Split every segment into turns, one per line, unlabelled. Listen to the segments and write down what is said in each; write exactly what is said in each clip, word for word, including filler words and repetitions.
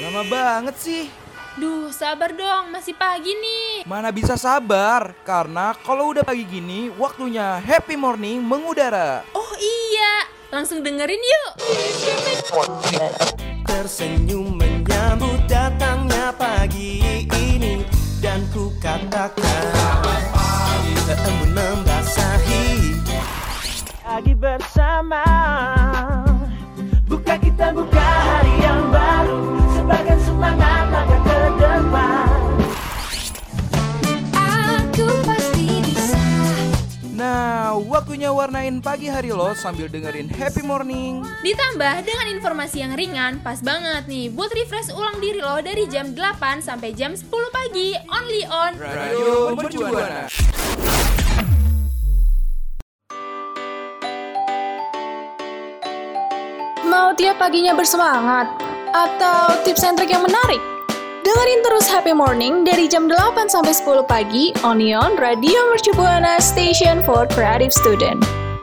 Lama banget sih.
Duh, sabar dong, masih pagi nih.
Mana bisa sabar, karena kalau udah pagi gini, waktunya Happy Morning mengudara.
Oh iya, langsung dengerin yuk.
Tersenyum menyambut datangnya pagi ini, dan ku katakan selamat pagi. Embun membasahi pagi bersama. Buka kita buka hari yang baru, sebagai semangat langkah ke depan.
Aku pasti bisa.
Nah, waktunya warnain pagi hari lo sambil dengerin Happy Morning.
Ditambah dengan informasi yang ringan, pas banget nih buat refresh ulang diri lo dari jam delapan sampai jam sepuluh pagi, only on
Radio Mercubuana.
Mau tiap paginya bersemangat? Atau tips and trik yang menarik? Dengerin terus Happy Morning dari jam delapan sampai sepuluh pagi, only on Radio Mercubuana Station for Creative Student.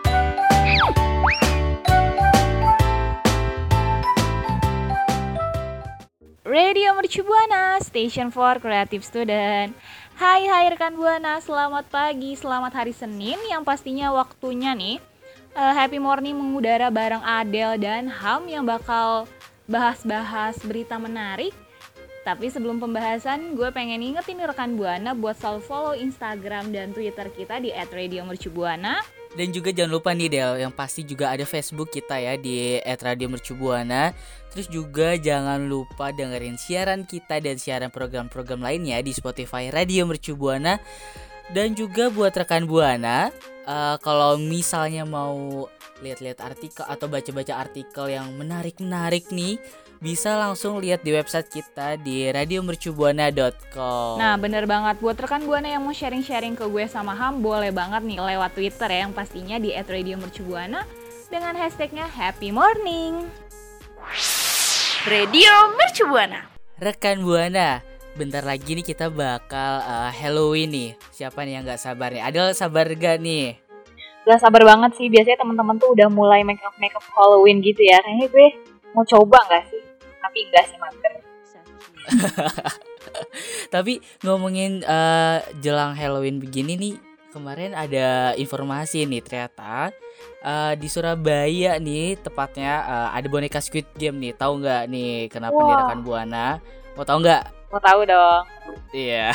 Radio Mercubuana Station for Creative Student. Hai hai rekan Buana, selamat pagi, selamat hari Senin yang pastinya waktunya nih uh, Happy Morning mengudara bareng Adel dan Ham yang bakal bahas-bahas berita menarik. Tapi sebelum pembahasan, gue pengen ingetin rekan Buana buat selalu follow Instagram dan Twitter kita di et radio mercubuana.
Dan juga jangan lupa nih Del, yang pasti juga ada Facebook kita ya di et radio mercubuana. Terus juga jangan lupa dengerin siaran kita dan siaran program-program lainnya di Spotify Radio Mercubuana. Dan juga buat rekan Buana, uh, kalau misalnya mau lihat-lihat artikel atau baca-baca artikel yang menarik-menarik nih, bisa langsung lihat di website kita di radio mercubuana dot com.
Nah bener banget, buat rekan Buana yang mau sharing-sharing ke gue sama Ham, boleh banget nih lewat Twitter ya, yang pastinya di et radio mercubuana dengan hashtagnya Happy Morning Radio Mercubuana.
Rekan Buana, bentar lagi nih kita bakal uh, Halloween nih. Siapa nih yang gak sabar nih? Adel sabar gak nih?
Gak sabar banget sih, biasanya teman-teman tuh udah mulai make-up-make up Halloween gitu ya. Kayaknya gue mau coba gak sih? Tapi enggak sih, mager.
Tapi ngomongin uh, jelang Halloween begini nih, kemarin ada informasi nih ternyata uh, di Surabaya nih tepatnya uh, ada boneka Squid Game nih. Tahu nggak nih kenapa
Wow.
nih rekan Buana? Mau tahu nggak?
Mau tahu dong.
Iya.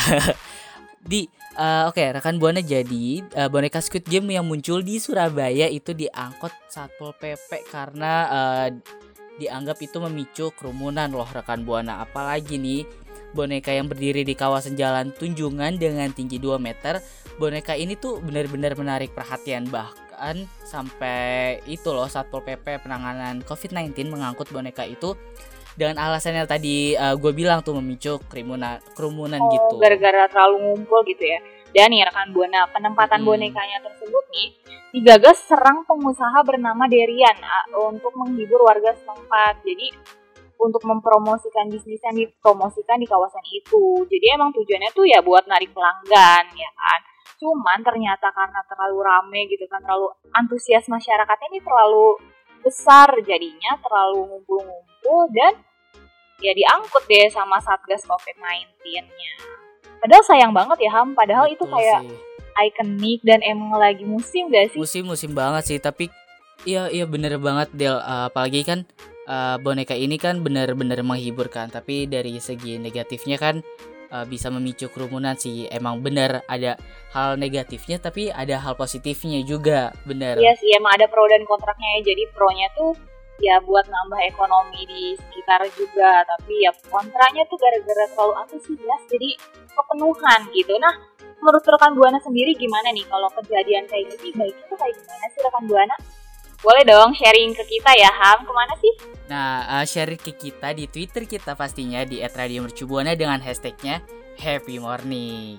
Di uh, oke okay, rekan Buana, jadi uh, boneka Squid Game yang muncul di Surabaya itu diangkut Satpol P P karena uh, dianggap itu memicu kerumunan loh rekan Buana. Apalagi nih boneka yang berdiri di kawasan Jalan Tunjungan dengan tinggi dua meter. Boneka ini tuh benar-benar menarik perhatian, bahkan sampai itu loh Satpol P P penanganan covid sembilan belas mengangkut boneka itu dengan alasan yang tadi uh, gue bilang tuh memicu kerumunan kerumunan
Oh,
gitu.
gara-gara terlalu ngumpul gitu ya. Dan nih rekan Buana, penempatan
Hmm.
bonekanya tersebut nih digagas serang pengusaha bernama Derian uh, untuk menghibur warga setempat. Jadi untuk mempromosikan bisnis yang dipromosikan di kawasan itu. Jadi emang tujuannya tuh ya buat narik pelanggan ya kan. Cuman ternyata karena terlalu rame gitu kan, terlalu antusias masyarakatnya ini terlalu besar, jadinya terlalu ngumpul-ngumpul dan ya diangkut deh sama Satgas covid sembilan belas-nya. Padahal sayang banget ya Ham, padahal itu
Betul
kayak
sih.
ikonik dan emang lagi musim gak sih?
Musim-musim banget sih, tapi iya iya bener banget Del. Uh, apalagi kan uh, boneka ini kan bener-bener menghibur kan, tapi dari segi negatifnya kan uh, bisa memicu kerumunan sih. Emang bener ada hal negatifnya, tapi ada hal positifnya juga, bener.
Iya sih, emang ada pro dan kontraknya ya. Jadi pro-nya tuh ya buat nambah ekonomi di sekitar juga, tapi ya kontranya tuh gara-gara terlalu antusias jadi kepenuhan gitu. Nah, menurut rekan Buana sendiri gimana nih kalau kejadian kayak gini? Baiknya tuh kayak gimana sih rekan Buana? Boleh dong sharing ke kita ya Ham, kemana sih?
Nah, uh, share ke kita di Twitter kita pastinya di et radio mercubuana dengan hashtagnya Happy Morning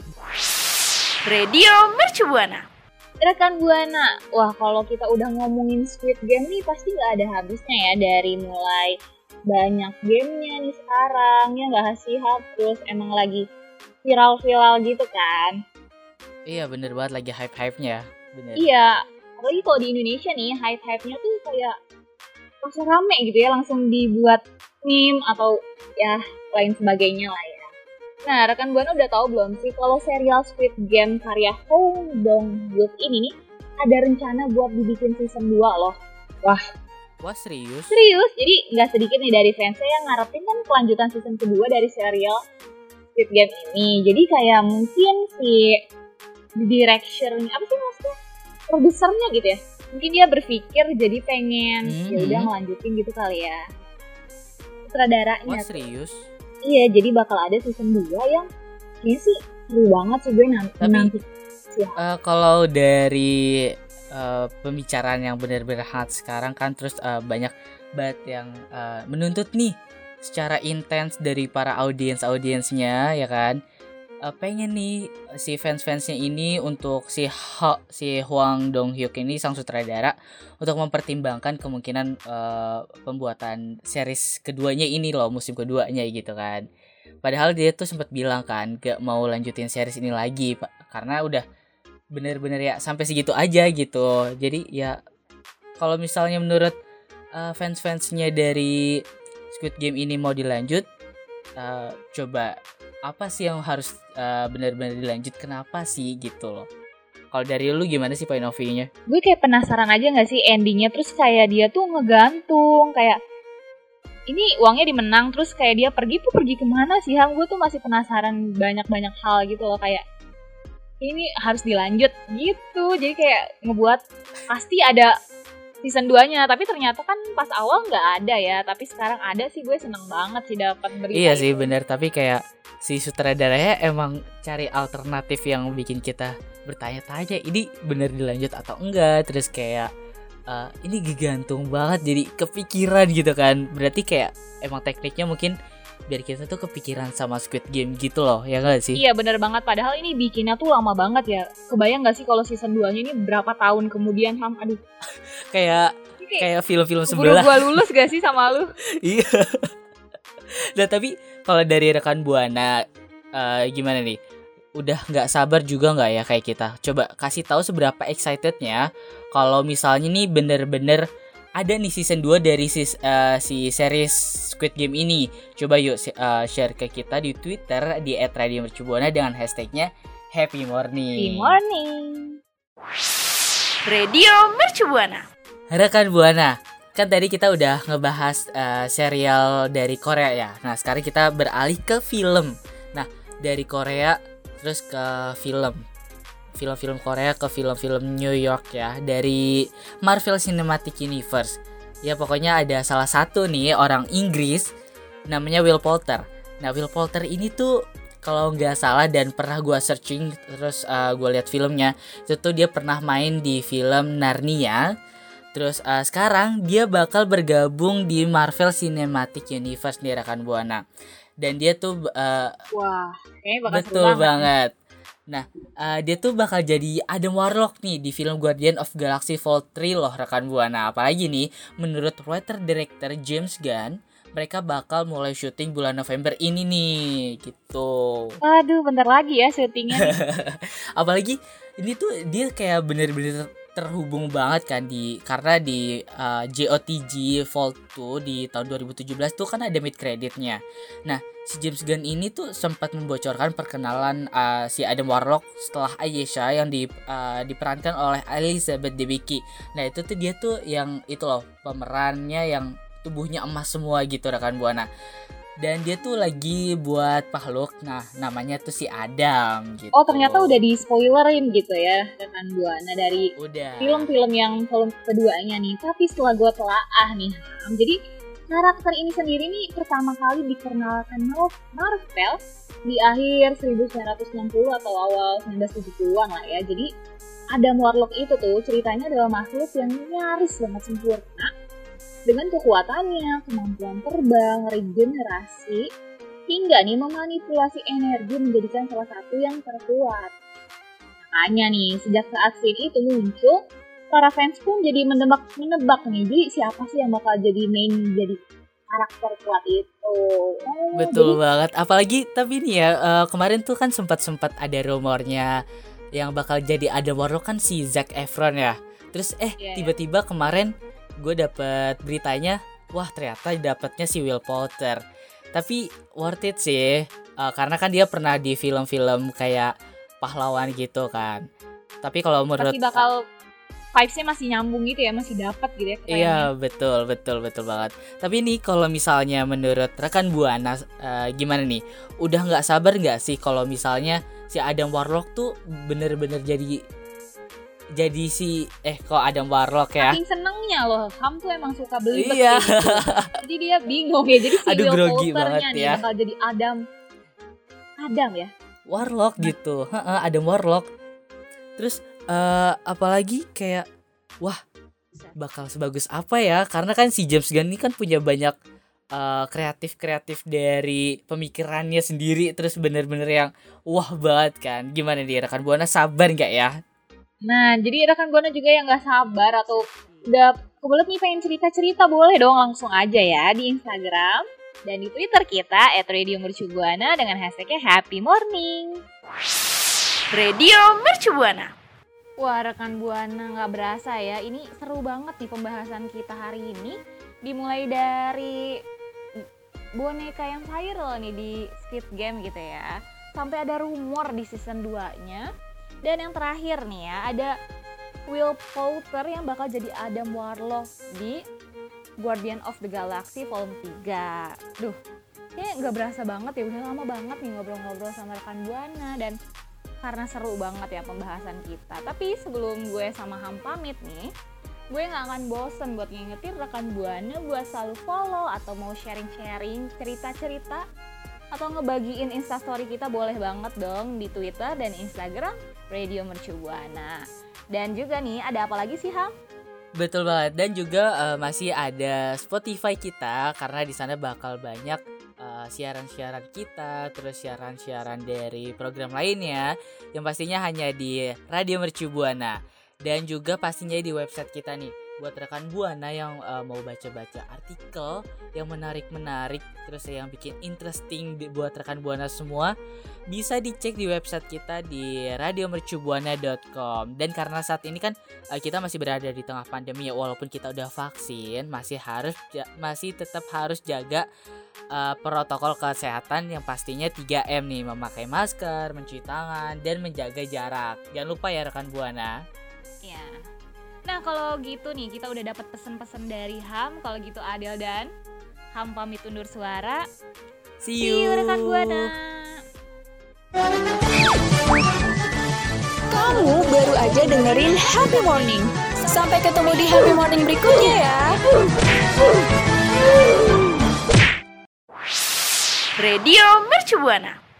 Radio Mercubuana. Rekan Buana, wah kalau kita udah ngomongin Squid Game nih pasti gak ada habisnya ya, dari mulai banyak gamenya nih sekarang, ya gak sih Ham? Terus emang lagi viral-viral gitu kan.
Iya bener banget, lagi hype-hype-nya. Bener.
Iya, apalagi kalau di Indonesia nih hype-hype-nya tuh kayak langsung rame gitu ya, langsung dibuat meme atau ya lain sebagainya lah ya. Nah, rekan Buana udah tahu belum sih kalau serial Squid Game karya Hong Dong-hyuk ini nih ada rencana buat dibikin season dua loh. Wah,
Wah serius?
serius. Jadi nggak sedikit nih dari fansnya yang ngarepin kan kelanjutan season kedua dari serial Squid Game ini. Jadi kayak mungkin si direction apa sih maksudnya produsernya gitu ya. Mungkin dia berpikir jadi pengen
Hmm,
ya udah
hmm.
ngelanjutin gitu kali ya. Sutradaranya.
Wah
tuh.
serius?
Iya, jadi bakal ada season dua yang kayaknya sih seru banget sih gue nanti.
Tapi-
nanti.
Eh, kalau dari eh, pembicaraan yang benar-benar hot sekarang kan, terus eh, banyak banget yang eh, menuntut nih secara intens dari para audiens-audiensnya ya kan. Eh, pengen nih si fans-fansnya ini untuk si Ho, si Hwang Dong-hyuk ini sang sutradara untuk mempertimbangkan kemungkinan eh, pembuatan series keduanya ini loh, musim keduanya gitu kan. Padahal dia tuh sempat bilang kan gak mau lanjutin series ini lagi Pak, karena udah bener-bener ya sampai segitu aja gitu. Jadi ya kalau misalnya menurut uh, fans-fansnya dari Squid Game ini mau dilanjut, uh, coba apa sih yang harus uh, benar-benar dilanjut, kenapa sih gitu loh. Kalau dari lu gimana sih point of view-nya?
Gue kayak penasaran aja gak sih endingnya. Terus kayak dia tuh ngegantung. Kayak ini uangnya dimenang. Terus kayak dia pergi tuh pergi kemana sih Hang? Gue tuh masih penasaran banyak-banyak hal gitu loh. Kayak ini harus dilanjut gitu. Jadi kayak ngebuat pasti ada season dua-nya. Tapi ternyata kan pas awal gak ada ya. Tapi sekarang ada sih, gue seneng banget sih dapat berita
Iya sih
itu.
benar, tapi kayak si sutradaranya emang cari alternatif yang bikin kita bertanya-tanya ini bener dilanjut atau enggak. Terus kayak uh, ini gigantung banget jadi kepikiran gitu kan. Berarti kayak emang tekniknya mungkin biar kita tuh kepikiran sama Squid Game gitu loh, ya gak sih?
Iya bener banget, padahal ini bikinnya tuh lama banget ya. Kebayang gak sih kalau season dua-nya ini berapa tahun kemudian Ham? Aduh,
Kayak
ini kayak
kayak film-film
keburu
sebelah.
gua lulus gak sih sama lu?
Iya. Nah tapi kalau dari rekan Buana eh, gimana nih? Udah nggak sabar juga nggak ya kayak kita? Coba kasih tahu seberapa excitednya kalau misalnya nih bener-bener ada nih season dua dari si, eh, si series Squid Game ini. Coba yuk eh, share ke kita di Twitter di et radio mercubuana dengan hashtagnya Happy Morning.
Good morning.
Radio Mercubuana.
Rekan Buana, kan tadi kita udah ngebahas eh, serial dari Korea ya. Nah sekarang kita beralih ke film. Nah dari Korea terus ke film, film-film Korea ke film-film New York ya, dari Marvel Cinematic Universe. Ya pokoknya ada salah satu nih orang Inggris namanya Will Poulter. Nah Will Poulter ini tuh kalau nggak salah dan pernah gue searching terus uh, gue lihat filmnya, itu tuh dia pernah main di film Narnia. Terus uh, sekarang dia bakal bergabung di Marvel Cinematic Universe nih rekan Buana. Dan dia tuh uh,
Wah, kayaknya bakal seru
betul
banget.
banget. Nah, uh, dia tuh bakal jadi Adam Warlock nih di film Guardian of Galaxy Vol tiga loh rekan Buana. Apalagi nih, menurut writer director James Gunn, mereka bakal mulai syuting bulan November ini nih, gitu.
Aduh, bentar lagi ya syutingnya.
Apalagi ini tuh dia kayak bener-bener terhubung banget kan di karena di uh, J O T G Vault dua di tahun dua ribu tujuh belas tuh kan ada mid creditnya. Nah si James Gunn ini tuh sempat membocorkan perkenalan uh, si Adam Warlock setelah Ayesha yang di, uh, diperankan oleh Elizabeth Debicki. Nah itu tuh dia tuh yang itu loh pemerannya yang tubuhnya emas semua gitu rekan Buana. Dan dia tuh lagi buat makhluk, nah namanya tuh si Adam gitu.
Oh, ternyata udah di spoilerin gitu ya rekan Buana dari
Udah.
film-film yang film keduanya nih. Tapi setelah gue telaah nih, Ham, jadi karakter ini sendiri nih pertama kali diperkenalkan Marvel di akhir seribu sembilan ratus enam puluh atau awal seribu sembilan ratus tujuh puluhan lah ya. Jadi Adam Warlock itu tuh ceritanya adalah makhluk yang nyaris banget sempurna dengan kekuatannya, kemampuan terbang, regenerasi, hingga nih memanipulasi energi menjadikan salah satu yang terkuat. Makanya nih, sejak saat scene itu muncul, para fans pun jadi menebak-menebak nih, jadi siapa sih yang bakal jadi main, jadi karakter kuat itu. Oh,
Betul
jadi,
banget. Apalagi tapi nih ya uh, kemarin tuh kan sempat-sempat ada rumornya yang bakal jadi Adam Warlock kan si Zac Efron ya. Terus eh
Iya,
tiba-tiba kemarin gue dapet beritanya wah ternyata dapatnya si Will Poulter. Tapi worth it sih, uh, karena kan dia pernah di film-film kayak pahlawan gitu kan. Tapi kalau menurut
pasti bakal vibes-nya masih nyambung gitu ya, masih dapat gitu ya kayaknya.
Iya betul betul betul banget. Tapi nih kalau misalnya menurut rekan Buana uh, gimana nih? Udah nggak sabar nggak sih kalau misalnya si Adam Warlock tuh bener-bener jadi jadi si eh kok Adam Warlock ya?
Saking senengnya loh, Ham tuh emang suka belibet
Iya.
gitu. Jadi dia bingung ya. Jadi si
Aduh,
Will
grogi
Poulter-nya
banget
nih
ya.
bakal jadi Adam Adam ya.
Warlock gitu, Heeh, Adam Warlock. Terus uh, apalagi kayak wah bakal sebagus apa ya? Karena kan si James Gunn ini kan punya banyak uh, kreatif-kreatif dari pemikirannya sendiri. Terus bener-bener yang wah banget kan. Gimana nih rekan Buana, sabar nggak ya?
Nah, jadi rekan Buana juga yang gak sabar atau udah kebelet nih pengen cerita-cerita, boleh dong langsung aja ya di Instagram dan di Twitter kita at Radio Mercu Buana dengan hashtagnya Happy Morning.
Radio Mercu Buana.
Wah rekan Buana, gak berasa ya, ini seru banget nih pembahasan kita hari ini. Dimulai dari boneka yang viral nih di Squid Game gitu ya, sampai ada rumor di season dua-nya. Dan yang terakhir nih ya, ada Will Poulter yang bakal jadi Adam Warlock di Guardian of the Galaxy volume tiga. Duh, kayaknya gak berasa banget ya, udah lama banget nih ngobrol-ngobrol sama rekan Buana. Dan karena seru banget ya pembahasan kita. Tapi sebelum gue sama Ham pamit nih, gue gak akan bosen buat ngingetin rekan Buana buat selalu follow atau mau sharing-sharing cerita-cerita atau ngebagiin instastory kita, boleh banget dong di Twitter dan Instagram Radio Mercu Buana. Dan juga nih ada apa lagi sih Ham?
Betul banget, dan juga uh, masih ada Spotify kita karena di sana bakal banyak uh, siaran-siaran kita, terus siaran-siaran dari program lainnya yang pastinya hanya di Radio Mercu Buana. Dan juga pastinya di website kita nih, buat rekan Buana yang uh, mau baca-baca artikel yang menarik-menarik, terus yang bikin interesting di, buat rekan Buana semua, bisa dicek di website kita di radio mercu buana dot com. Dan karena saat ini kan uh, kita masih berada di tengah pandemi ya, walaupun kita udah vaksin, masih harus masih tetap harus jaga uh, protokol kesehatan yang pastinya tiga M nih, memakai masker, mencuci tangan, dan menjaga jarak. Jangan lupa ya rekan Buana.
Ya. Nah kalau gitu nih kita udah dapat pesan-pesan dari Ham. Kalau gitu Adel dan Ham pamit undur suara.
See you,
See you rekan Buana.
Kamu baru aja dengerin Happy Morning. Sampai ketemu di Happy Morning berikutnya ya.
Radio Mercu Buana.